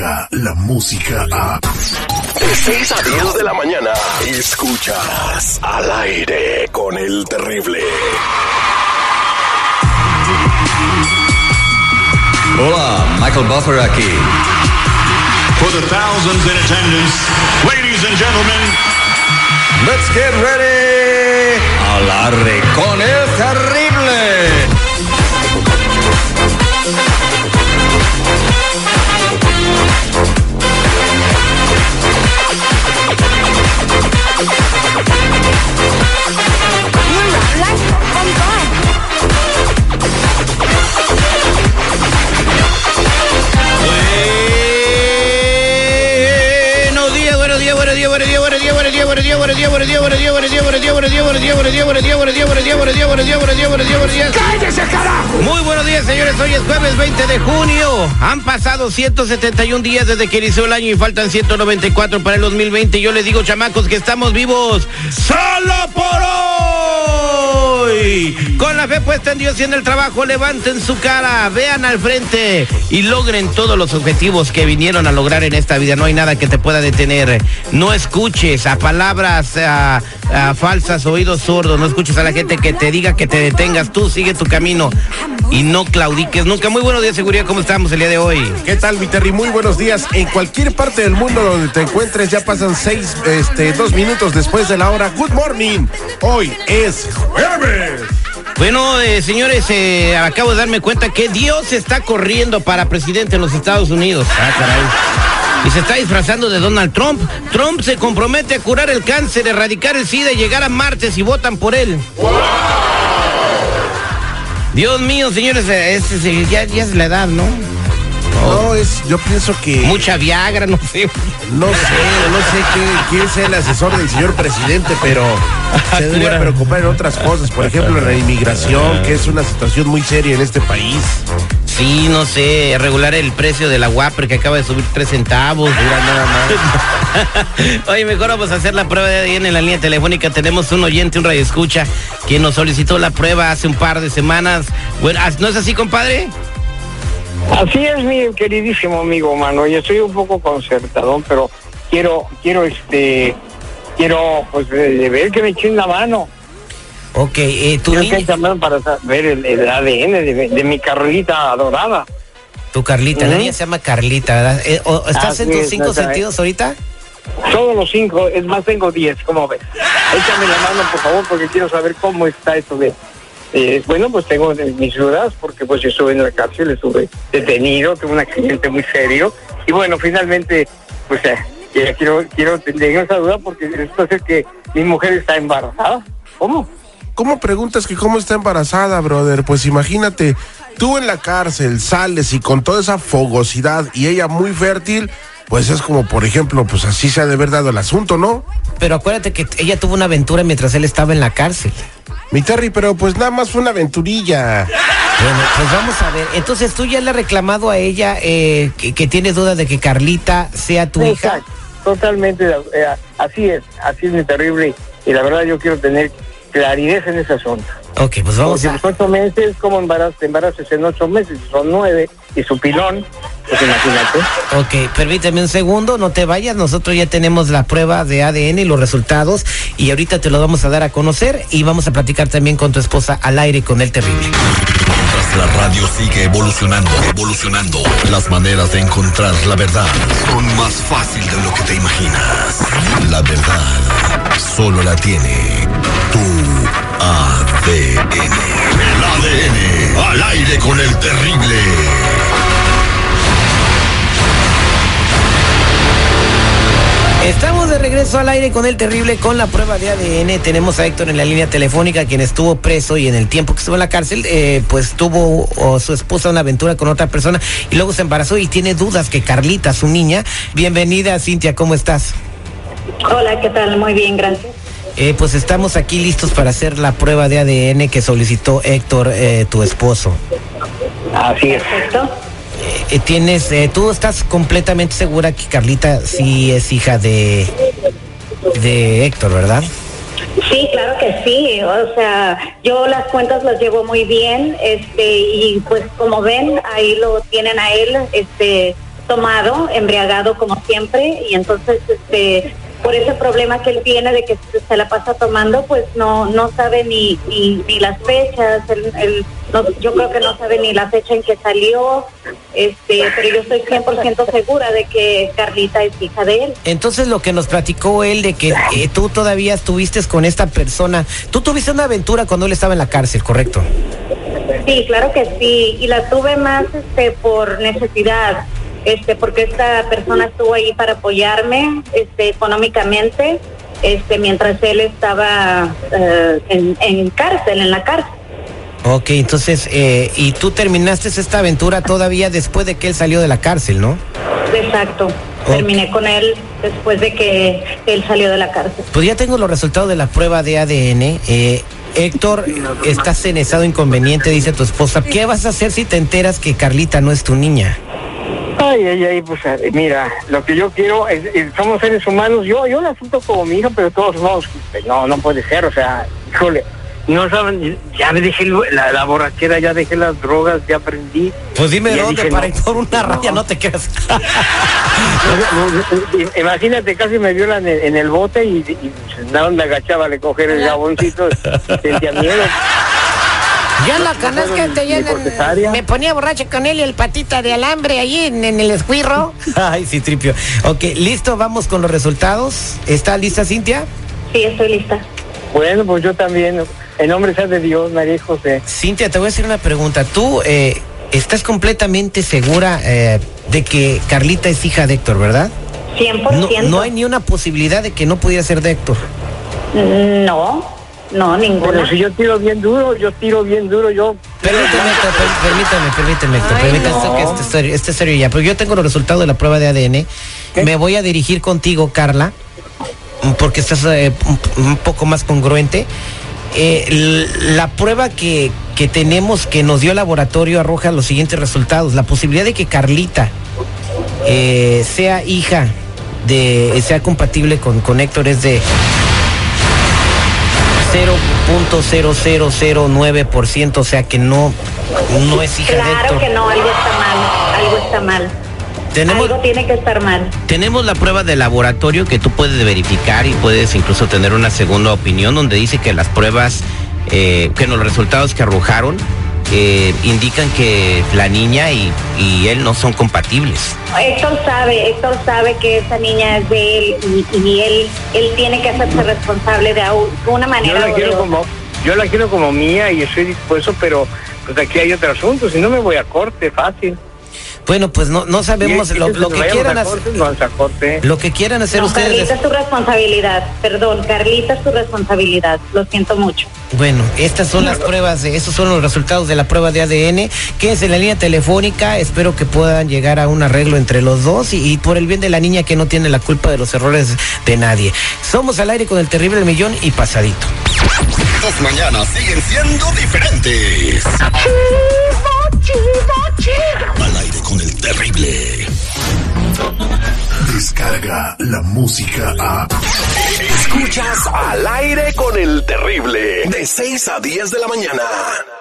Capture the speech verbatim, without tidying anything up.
llega la música a... De seis a diez de la mañana, escuchas Al Aire con el Terrible. Hola, Michael Buffer aquí. For the thousands in attendance, ladies and gentlemen, let's get ready. Al Aire con el Terrible. ¡Cállese, carajo! Muy buenos días, señores. Hoy es jueves veinte de junio. Han pasado ciento setenta y un días desde que inició el año y faltan ciento noventa y cuatro para el dos mil veinte. Yo les digo, chamacos, que estamos vivos solo por hoy. Con la fe puesta en Dios y en el trabajo, levanten su cara, vean al frente y logren todos los objetivos que vinieron a lograr en esta vida. No hay nada que te pueda detener. No escuches a palabras a, a falsas, oídos sordos. No escuches a la gente que te diga que te detengas. Tú sigue tu camino y no claudiques nunca. Muy buenos días, seguridad. ¿Cómo estamos el día de hoy? ¿Qué tal, mi Terry? Muy buenos días. En cualquier parte del mundo donde te encuentres, ya pasan seis, este, dos minutos después de la hora. Good morning. Hoy es jueves. Bueno, eh, señores, eh, acabo de darme cuenta que Dios está corriendo para presidente en los Estados Unidos. Ah, caray. Y se está disfrazando de Donald Trump. Trump se compromete a curar el cáncer, erradicar el SIDA y llegar a Marte si votan por él. ¡Wow! Dios mío, señores, es, es, ya, ya es la edad, ¿no? No, es, yo pienso que... Mucha Viagra, no sé. No sé, no sé qué, quién es el asesor del señor presidente, pero se debería preocupar en otras cosas. Por ejemplo, en la inmigración, que es una situación muy seria en este país. Sí, no sé, regular el precio del agua porque acaba de subir tres centavos. Mira, nada más. Oye, mejor vamos a hacer la prueba de A D N en la línea telefónica. Tenemos un oyente, un radioescucha, quien nos solicitó la prueba hace un par de semanas. Bueno, ¿no es así, compadre? Así es, mi queridísimo amigo, mano. Yo estoy un poco concertadón, pero quiero, quiero, este, quiero, pues, de ver que me echen la mano. Ok, eh, tu niña... para ver el, el A D N de, de mi Carlita adorada. Tu Carlita, ¿Mm? La niña se llama Carlita, ¿verdad? Eh, o, ¿Estás ah, en tus sí, cinco no, sentidos ahorita? Todos los cinco, es más, tengo diez, ¿cómo ves? Échame la mano, por favor, porque quiero saber cómo está esto de... Eh, bueno, pues tengo mis dudas, porque pues yo estuve en la cárcel, estuve detenido, tuve un accidente muy serio, y bueno, finalmente, pues eh, eh, quiero, quiero tener esa duda, porque esto es que mi mujer está embarazada. ¿Cómo? ¿Cómo preguntas que cómo está embarazada, brother? Pues imagínate, tú en la cárcel sales y con toda esa fogosidad y ella muy fértil, pues es como, por ejemplo, pues así se ha de haber dado el asunto, ¿no? Pero acuérdate que ella tuvo una aventura mientras él estaba en la cárcel. Mi Terry, pero pues nada más fue una aventurilla. Bueno, pues vamos a ver. Entonces, ¿tú ya le has reclamado a ella eh, que, que tienes dudas de que Carlita sea tu Exacto, hija? Totalmente, eh, así es, así es, mi Terrible. Y la verdad yo quiero tener claridad en ese asunto. Ok, pues vamos Porque a... los ocho meses, ¿cómo embarazas? Te embarazas en ocho meses, son nueve, y su pilón, pues imagínate. Ok, permíteme un segundo, no te vayas, nosotros ya tenemos la prueba de A D N y los resultados, y ahorita te lo vamos a dar a conocer, y vamos a platicar también con tu esposa al aire con el Terrible. Mientras la radio sigue evolucionando, evolucionando, las maneras de encontrar la verdad son más fácil de lo que te imaginas. La verdad solo la tiene tu A D N. El A D N al aire con el Terrible. Estamos de regreso al aire con el Terrible con la prueba de A D N. Tenemos a Héctor en la línea telefónica, quien estuvo preso y en el tiempo que estuvo en la cárcel, eh, pues tuvo oh, su esposa una aventura con otra persona y luego se embarazó y tiene dudas que Carlita, su niña. Bienvenida, Cintia, ¿cómo estás? Hola, ¿qué tal? Muy bien, gracias. Eh, pues estamos aquí listos para hacer la prueba de A D N que solicitó Héctor, eh, tu esposo. Así es. Perfecto. Eh, tienes, eh, tú estás completamente segura que Carlita sí es hija de, de Héctor, ¿verdad? Sí, claro que sí. O sea, yo las cuentas las llevo muy bien, este, y pues como ven, ahí lo tienen a él, este, tomado, embriagado como siempre, y entonces este por ese problema que él tiene de que se la pasa tomando, pues no no sabe ni ni, ni las fechas, él, él, no, yo creo que no sabe ni la fecha en que salió, este pero yo estoy cien por ciento segura de que Carlita es hija de él. Entonces lo que nos platicó él de que eh, tú todavía estuviste con esta persona, tú tuviste una aventura cuando él estaba en la cárcel, ¿correcto? Sí, claro que sí, y la tuve más este por necesidad. Este, porque esta persona estuvo ahí para apoyarme, este, económicamente, este, mientras él estaba uh, en, en cárcel, en la cárcel. Ok, entonces, eh, y tú terminaste esta aventura todavía después de que él salió de la cárcel, ¿no? Exacto, okay. Terminé con él después de que él salió de la cárcel. Pues ya tengo los resultados de la prueba de A D N, eh, Héctor, estás en estado inconveniente, dice tu esposa. ¿Qué vas a hacer si te enteras que Carlita no es tu niña? Ay, ay, ay, pues mira, lo que yo quiero es, es somos seres humanos, yo yo la asunto como mi hija, pero todos somos, no, no puede ser, o sea, híjole, no saben, ya me dejé la, la borrachera, ya dejé las drogas, ya aprendí. Pues dime de dónde, dije, para no, ir por una no. raya, no te quedas. Imagínate, casi me violan en, en el bote y, y nada, me agachaba a coger el jaboncito, sentía miedo. Yo lo conozco, te llenan, me ponía borracho con él y el patita de alambre ahí en, en el escuirro. Ay, sí, tripio. Ok, listo, vamos con los resultados. ¿Está lista, Cintia? Sí, estoy lista. Bueno, pues yo también, en nombre sea de Dios, María y José. Cintia, te voy a hacer una pregunta. ¿Tú eh, estás completamente segura eh, de que Carlita es hija de Héctor, verdad? cien por ciento. No, no hay ni una posibilidad de que no pudiera ser de Héctor. No. No, ninguna. Pero si yo tiro bien duro, yo tiro bien duro, yo... Permíteme, Héctor, per, permíteme, permíteme, Héctor, permíteme, no. esto, que este, serio, este es serio ya, porque yo tengo los resultados de la prueba de A D N. ¿Qué? Me voy a dirigir contigo, Carla, porque estás eh, un, un poco más congruente. Eh, la prueba que, que tenemos, que nos dio el laboratorio, arroja los siguientes resultados. La posibilidad de que Carlita eh, sea hija de, sea compatible con, con Héctor es de cero punto cero cero cero nueve por ciento, o sea que no, no es hija claro de Héctor. Claro que no, algo está mal, algo está mal. Tenemos, algo tiene que estar mal. Tenemos la prueba de laboratorio que tú puedes verificar y puedes incluso tener una segunda opinión donde dice que las pruebas, eh, que los resultados que arrojaron eh, indican que la niña y, y él no son compatibles. Héctor sabe, Héctor sabe que esa niña es de él y, y él él tiene que hacerse responsable de una manera. Yo la quiero como, yo la quiero como mía y estoy dispuesto, pero pues aquí hay otro asunto, si no me voy a corte, fácil. Bueno, pues no no sabemos lo, lo que quieran hacer. Lo que quieran hacer no, ustedes. Carlita es tu responsabilidad. Perdón, Carlita es tu responsabilidad. Lo siento mucho. Bueno, estas son las pruebas, de, estos son los resultados de la prueba de A D N. Quédense en la línea telefónica. Espero que puedan llegar a un arreglo entre los dos y, y por el bien de la niña que no tiene la culpa de los errores de nadie. Somos al aire con el terrible millón y pasadito. Tus mañanas siguen siendo diferentes. Chido, chido, chido. Al aire con el terrible. Descarga la música a... Escuchas Al aire con el terrible. De seis a diez de la mañana.